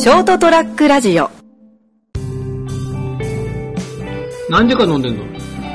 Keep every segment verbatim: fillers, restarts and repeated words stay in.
ショートトラックラジオ。 何時間飲んでんの？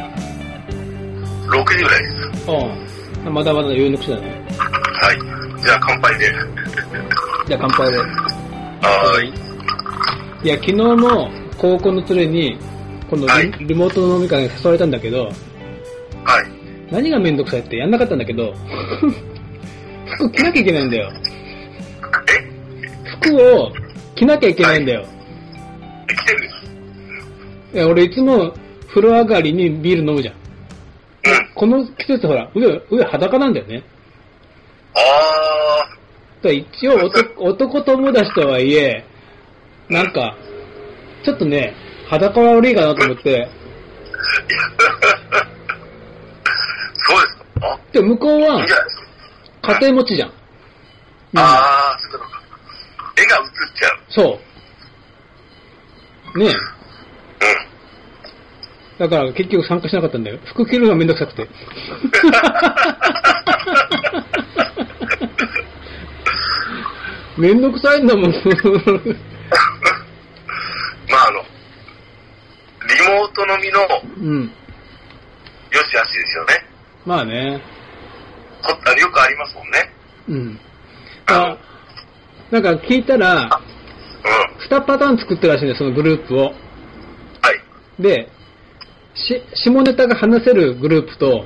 ろくじぐらいです。 ああ、まだまだ余裕の口だね。 はい。じゃあ乾杯で。 じゃあ乾杯で。 はーい。 いや、昨日も高校の連れに、今度リ、はい、リモートの飲み会に誘われたんだけど、 はい。 何がめんどくさいってやんなかったんだけど、服着なきゃいけないんだよ。 え？ 服を着なきゃいけないんだよ。はい、 え、着てるんです。 いや、俺いつも風呂上がりにビール飲むじゃん。 うん。 この季節ほら、上、上裸なんだよね。 あー。 だ一応男、男友達とはいえ、なんか、ちょっとね、裸は悪いかなと思って。 そうですか？ で、向こうは、家庭持ちじゃん。 あー、そうか。絵が映っちゃう。 そう。ねえ。 うん。 だから結局参加しなかったんだよ。服着るのがめんどくさくて。めんどくさいんだもん。まああの、リモート飲みの、うん。よしあしですよね。 まあね。 こったらよくありますもんね。 うん。あ、なんか聞いたら、うん。にパターン作ってるらしいんだよ、そのグループを。 はい。で、 し、下ネタが話せるグループと、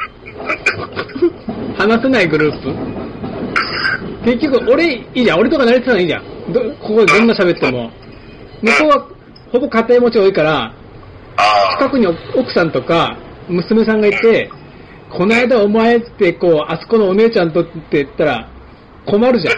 話せないグループ。結局、俺、いいじゃん。俺とか慣れてたらいいじゃん。ど、ここでどんな喋っても。向こうは、ほぼ家庭持ち多いから、近くに奥さんとか、娘さんがいて、この間お前って、こう、あそこのお姉ちゃんとって言ったら、困るじゃ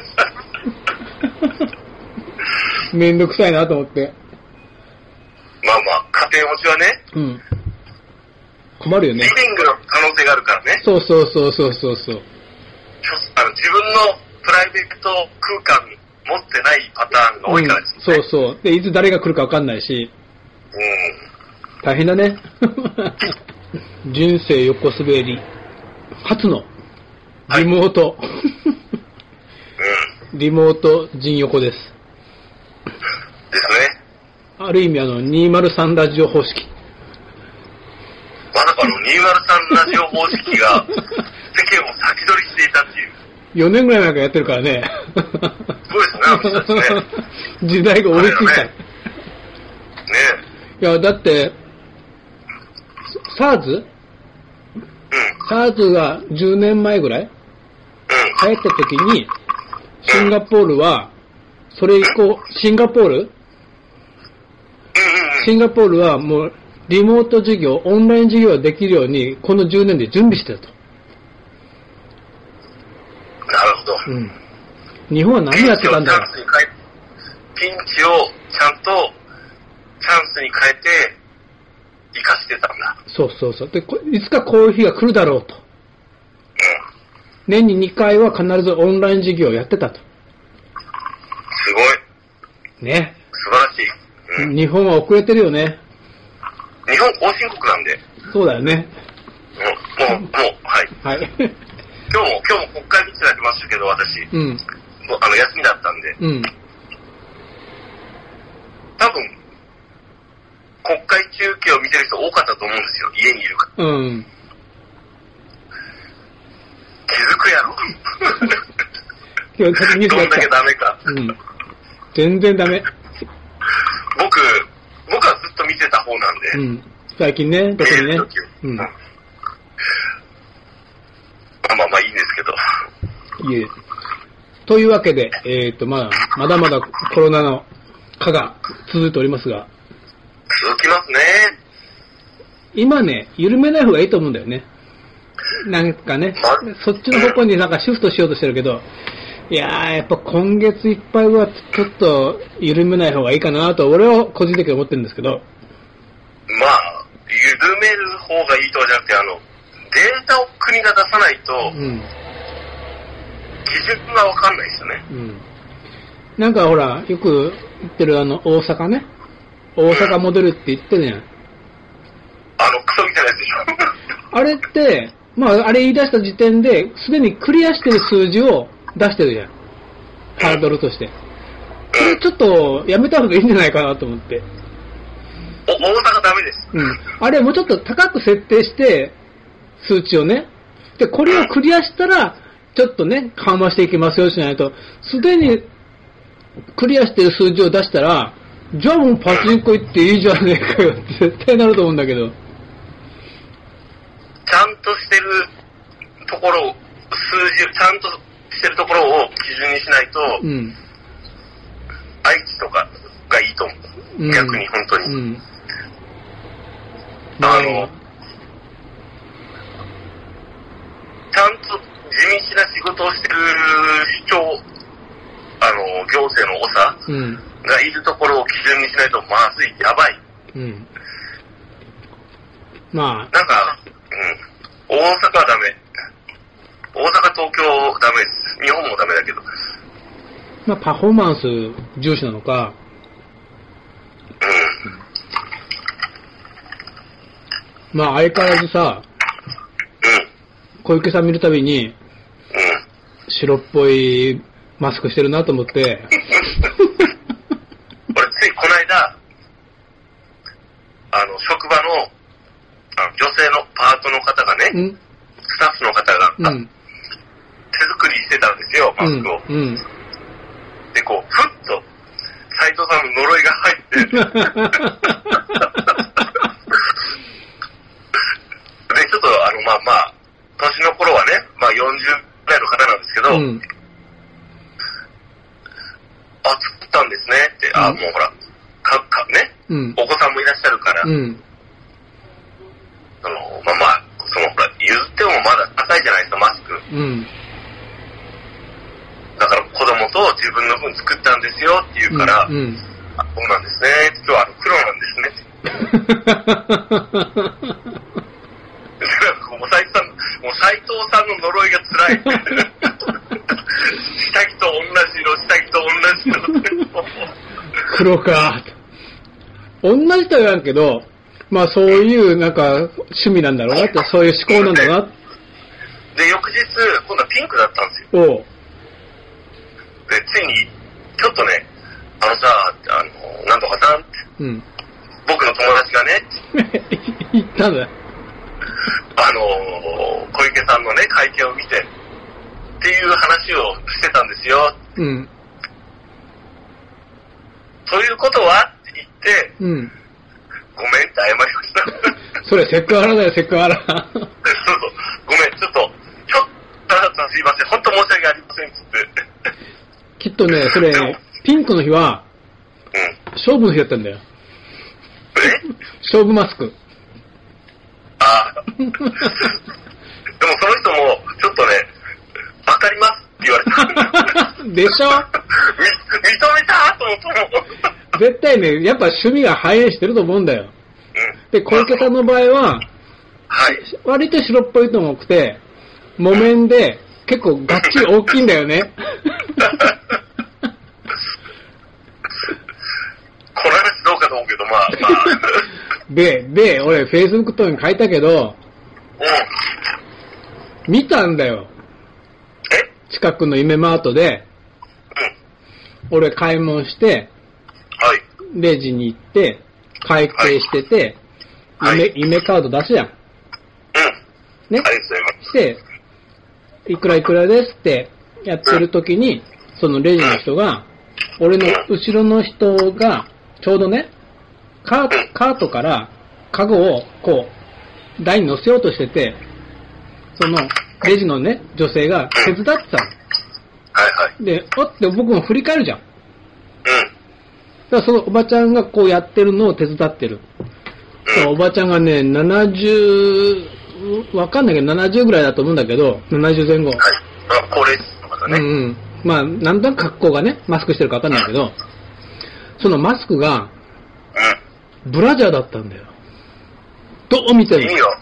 ん。めんどくさいなと思って。 まあまあ、家庭持ちはね。 うん。困るよね。 リビングの可能性があるからね。 そうそうそうそうそうそう。 あの自分のプライベート空間持ってないパターンが多いからですね、 うん。そうそう。で、いつ誰が来るか分かんないし。 うん。 大変だね。人生横滑り。初のリモート。はい、うん。リモート陣横です。 ですね。 ある意味あの、にひゃくさんラジオ方式。 まさかのにひゃくさんラジオ方式が世間を先取りしていたっていう。 よねんぐらい前からやってるからね。 そうですね、ね。 時代が追いついた。ねえ。 いや、だって、SARS？ うん。SARS がじゅうねんまえぐらい？うん。流行った時に、シンガポールは、それ以降、シンガポール？シンガポールはもうリモート授業、オンライン授業ができるようにこのじゅうねんで準備してたと。 なるほど。 うん。日本は何やってたんだろう。 ピンチをちゃんとチャンスに変えて生かしてたんだ。 そうそうそう。で、いつかこういう日が来るだろうと。うん。年ににかいは必ずオンライン授業をやってたと。すごい。 ね。 素晴らしい。 うん、日本は遅れてるよね。 日本後進国なんで。 そうだよね。 もう、もう、もう、はい。 はい。 今日も、今日も国会見てられましたけど、私。 うん。 もうあの、休みだったんで。 うん。 多分、国会中継を見てる人多かったと思うんですよ。家にいるから。 うん。 気づくやろ。 今日、ニュースどんだけダメか。 うん。全然ダメ。 僕、僕はずっと見てた方なんで。 うん。最近ね、特にね。うん。まあまあまあいいんですけど。 いえ。というわけで、えっと、まあ、まだまだコロナの禍が続いておりますが。 続きますね。 今ね、緩めない方がいいと思うんだよね。なんかね、ま、そっちの方向になんかシフトしようとしてるけど、いやー、やっぱ今月いっぱいはちょっと緩めない方がいいかなと、俺は個人的に思ってるんですけど。 まあ、緩める方がいいとかじゃなくて、あの、データを国が出さないと、うん、基準がわかんないですよね。うん。 なんかほら、よく言ってるあの、大阪ね。大阪モデルって言ってるじゃん。うん、 あの、クソみたいなやつでしょ。 あれって、まあ、あれ言い出した時点で、すでにクリアしてる数字を出してるじゃん。ハードルとして。 それちょっとやめた方がいいんじゃないかなと思って。 お、大阪ダメです。 うん。あれもうちょっと高く設定して、数値をね。で、これをクリアしたら、ちょっとね、緩和していきますよしないと、すでにクリアしてる数字を出したら、じゃあもうパチンコ行っていいじゃねえかよって絶対なると思うんだけど。 ちゃんとしてるところを、数字、ちゃんとしてるところを基準にしないと、うん、愛知とかがいいと思う。うん、逆に本当に。うん、あの、ちゃんと地道な仕事をしてる主張、あの、行政の長がいるところを基準にしないとまずい、やばい。うん。 まあ。 なんか、うん。大阪はダメ。大阪、東京ダメです。日本もダメだけど。 まあ、パフォーマンス重視なのか。うん。まあ、相変わらずさ、うん。小池さん見るたびに、うん。白っぽいマスクしてるなと思って。俺、 ついこの間、あの、職場の、あの女性のパートの方がね、うん、スタッフの方が、うん、手作りしてたんですよ、マスクを。うんうん、で、こう、ふっと、斉藤さんの呪いが入って、で、ちょっと、あの、まあまあ、年の頃はね、まあよんじゅう代の方なんですけど、うん、あ、作ったんですねって、うん、あ、もうほら、か、か、ね、うん、お子さんもいらっしゃるから、うん、あの、まあまあ、そのほら、譲ってもまだ高いじゃないですか、マスク。うん、だから子供と自分の分作ったんですよって言うから、うんうん、あ、そうなんですね、今日はあの黒なんですねって。もう斉藤さん、もう斉藤さんの呪いが辛い。下着と同じ色、下着と同じ色。 黒か。同じとは言わんけど、まあそういうなんか趣味なんだろうなって、そういう思考なんだろうな。 で、翌日、今度はピンクだったんですよ。おう。で、ついに、ちょっとね、あのさ、あの、なんとかさんって、うん、僕の友達がね、 言ったんだ。 あのー、小池さんのね、会見を見て、っていう話をしてたんですよ。うん。そういうことはって言って、うん。ごめんって謝りました。 それセクハラだよ、セクハラ。そうそう。 ごめん、ちょっと、ちょっと、すいません、本当申し訳ありませんって言って。 きっとね、それ、ピンクの日は、うん。勝負の日だったんだよ。 え？ 勝負マスク。 ああ。でもその人も、ちょっとね、わかりますって言われた。 でしょ？認めたと思ったの。絶対ね、やっぱ趣味が反映してると思うんだよ。うん、で、小池さんの場合は、はい、割と白っぽいと思って、木綿で結構がっちり大きいんだよね。 この話どうかと思うけど、まあ、まあ。 で、で、俺、Facebook 等に書いたけど、うん、見たんだよ。え？近くの夢マートで、うん、俺買い物して、はい、レジに行って、会計してて、はい、夢、夢カード出すやん。うん。ね。ありがとうございます。して、いくらいくらですってやってる時に、そのレジの人が、俺の後ろの人が、ちょうどね、カート、カートからカゴをこう、台に乗せようとしてて、そのレジのね、女性が手伝ってたの。はいはい。で、おって僕も振り返るじゃん。うん。だからそのおばちゃんがこうやってるのを手伝ってる。うん、おばちゃんがね、ななじゅう、わかんないけどななじゅうぐらいだと思うんだけど、ななじゅうぜん後。はい。 あ、高齢の方ね。うんうん。 まあ、なんとなく格好がね、マスクしてるかわかんないけど、そのマスクが、うん、ブラジャーだったんだよ。どう見ても。いいよ。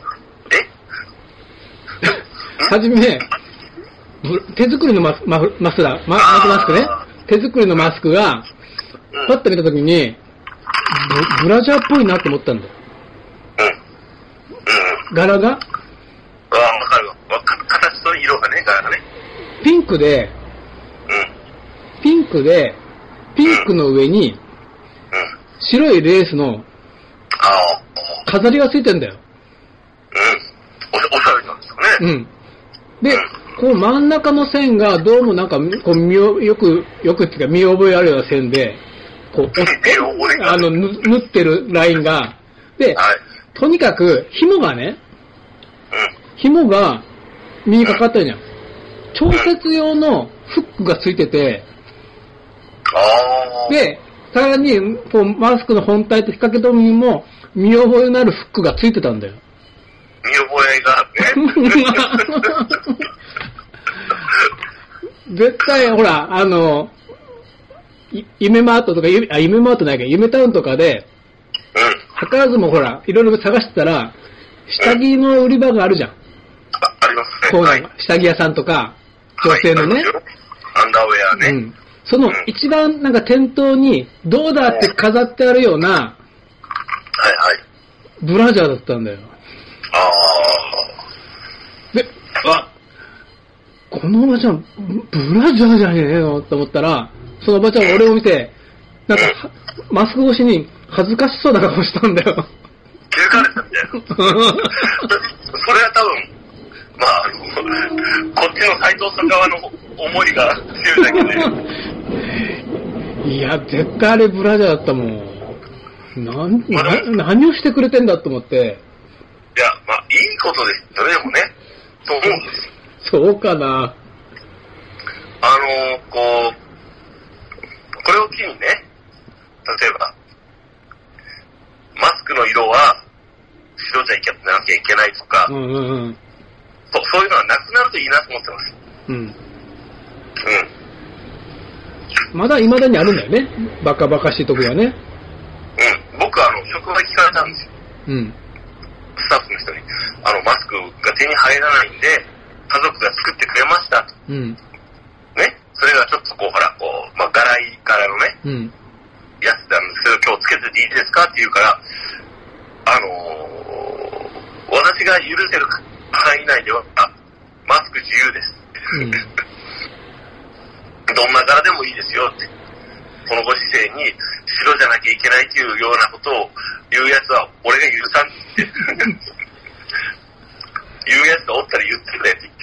えはじめ、手作りのマスマフマスラー、ママスクね。手作りのマスクが、パッと見たときにブ、ブラジャーっぽいなって思ったんだよ。うん。うん。柄が。ああ、わかるわ。形と色がね、柄がね。 ピンクで、うん。ピンクで、 ピンクの上に、白いレースの、飾りがついてんだよ。 うん。お、おしゃれなんですかね。 うん。で、うん、こう真ん中の線がどうもなんか、こう見よ、よく、よくっていうか見覚えあるような線で、こう、あの、縫ってるラインが、で、はい、とにかく、紐がね、うん、紐が身にかかってるじゃん。調節用のフックがついてて、うん、で、さらに、こう、マスクの本体と引っ掛け止めにも、見覚えのあるフックがついてたんだよ。 見覚えがあって。 絶対、ほら、あの、夢マートとか、あ、夢マートないけど、夢タウンとかで、うん。図らずもほら、いろいろ探してたら、下着の売り場があるじゃん。うん、 あ, ありますね。 こう、はい、下着屋さんとか、女性のね。はい、 アンダーウェアね。うん。 その、一番なんか店頭に、どうだって飾ってあるような、はいはい。ブラジャーだったんだよ。 ああ。で、あ、このおばちゃん、ブラジャーじゃねえのと思ったら、そのおばちゃんが俺を見て、なんか、マスク越しに恥ずかしそうな顔したんだよ。 気づかれたみたいな。それは多分、まあ、あの、こっちの斎藤さん側の思いが強いだけで。いや、絶対あれブラジャーだったもん。なん、まあ、な何をしてくれてんだと思って。 いや、まあ、いいことですよね、でもね。と思うんですよ。 そうかな。 あの、こう、これを機にね、例えば、マスクの色は白じゃいけなきゃいけないとか、うんうんうん、そ, そういうのはなくなるといいなと思ってます。うん。うん。 まだ未だにあるんだよね。バカバカしいとこがね。 うん。僕、あの、職場聞かれたんですよ。うん。スタッフの人に、あの、マスクが手に入らないんで、家族が作ってくれましたと。うん。ね。それがちょっとこう、ほら、こう、まあ、柄い柄のね、うん。やつなんですけど、今日つけてていいですかって言うから、あのー、私が許せる範囲内では、マスク自由です。うん、どんな柄でもいいですよって。このご時世に白じゃなきゃいけないっていうようなことを言うやつは俺が許さんって言うやつがおったら言ってくれって言って、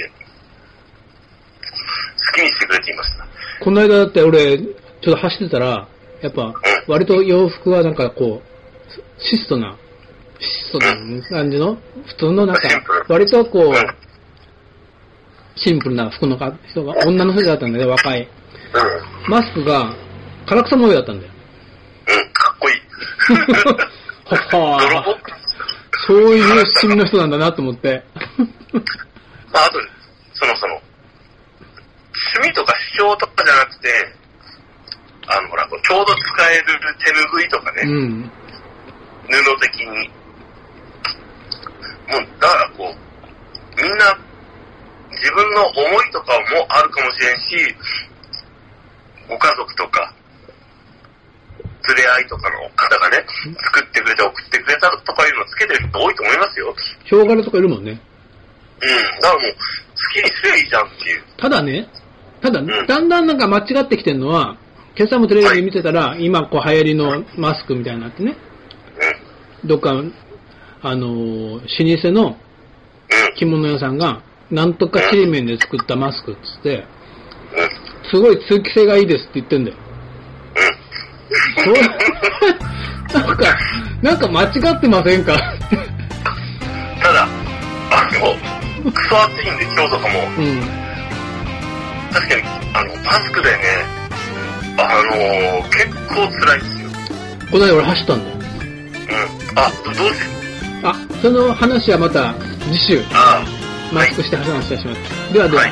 好きにしてくれって言いました。 この間だって俺、ちょっと走ってたら、やっぱ、割と洋服はなんかこう、質素な、質素な感じの、普通のなんか、割とこう、シンプルな服の人が、女の人だったんだよね、若い。マスクが、唐草模様だったんだよ。 うん、かっこいい。 ははそういう趣味の人なんだなと思って。 まあ、あと、そのその、趣味とか主張とかじゃなくて、あの、ほら、ちょうど使える手ぬぐいとかね、うん、布的に。もう、だからこう、みんな、自分の思いとかもあるかもしれんし、ご家族とか、連れ合いとかの方がね、作ってくれて送ってくれたとかいうのをつけてる人多いと思いますよ。 ヒョウ柄とかいるもんね。 うん、だからもう、好きにすりゃいいじゃんっていう。 ただね、ただ、うん、だんだんなんか間違ってきてるのは、今朝もテレビで見てたら、はい、今こう流行りのマスクみたいになってね、うん、どっか、あのー、老舗の着物屋さんが、なんとかちりめんで作ったマスクっつって、すごい通気性がいいですって言ってんだよ。うん、なんか、なんか間違ってませんかただ、あの、クソ暑いんで今日とかも、うん、確かに、あの、マスクでね、あのー、結構辛いですよ。 この間俺走ったんだよ。 うん。あ、どうしてあ、その話はまた次週。ああ。マスクして話しします。ではでは、はい、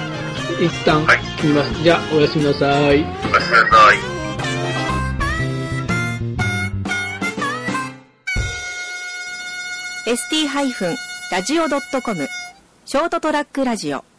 一旦切ります。はい、じゃあ、おやすみなさい。おやすみなさい。 エスティー ラジオ ドットコム ショートトラックラジオ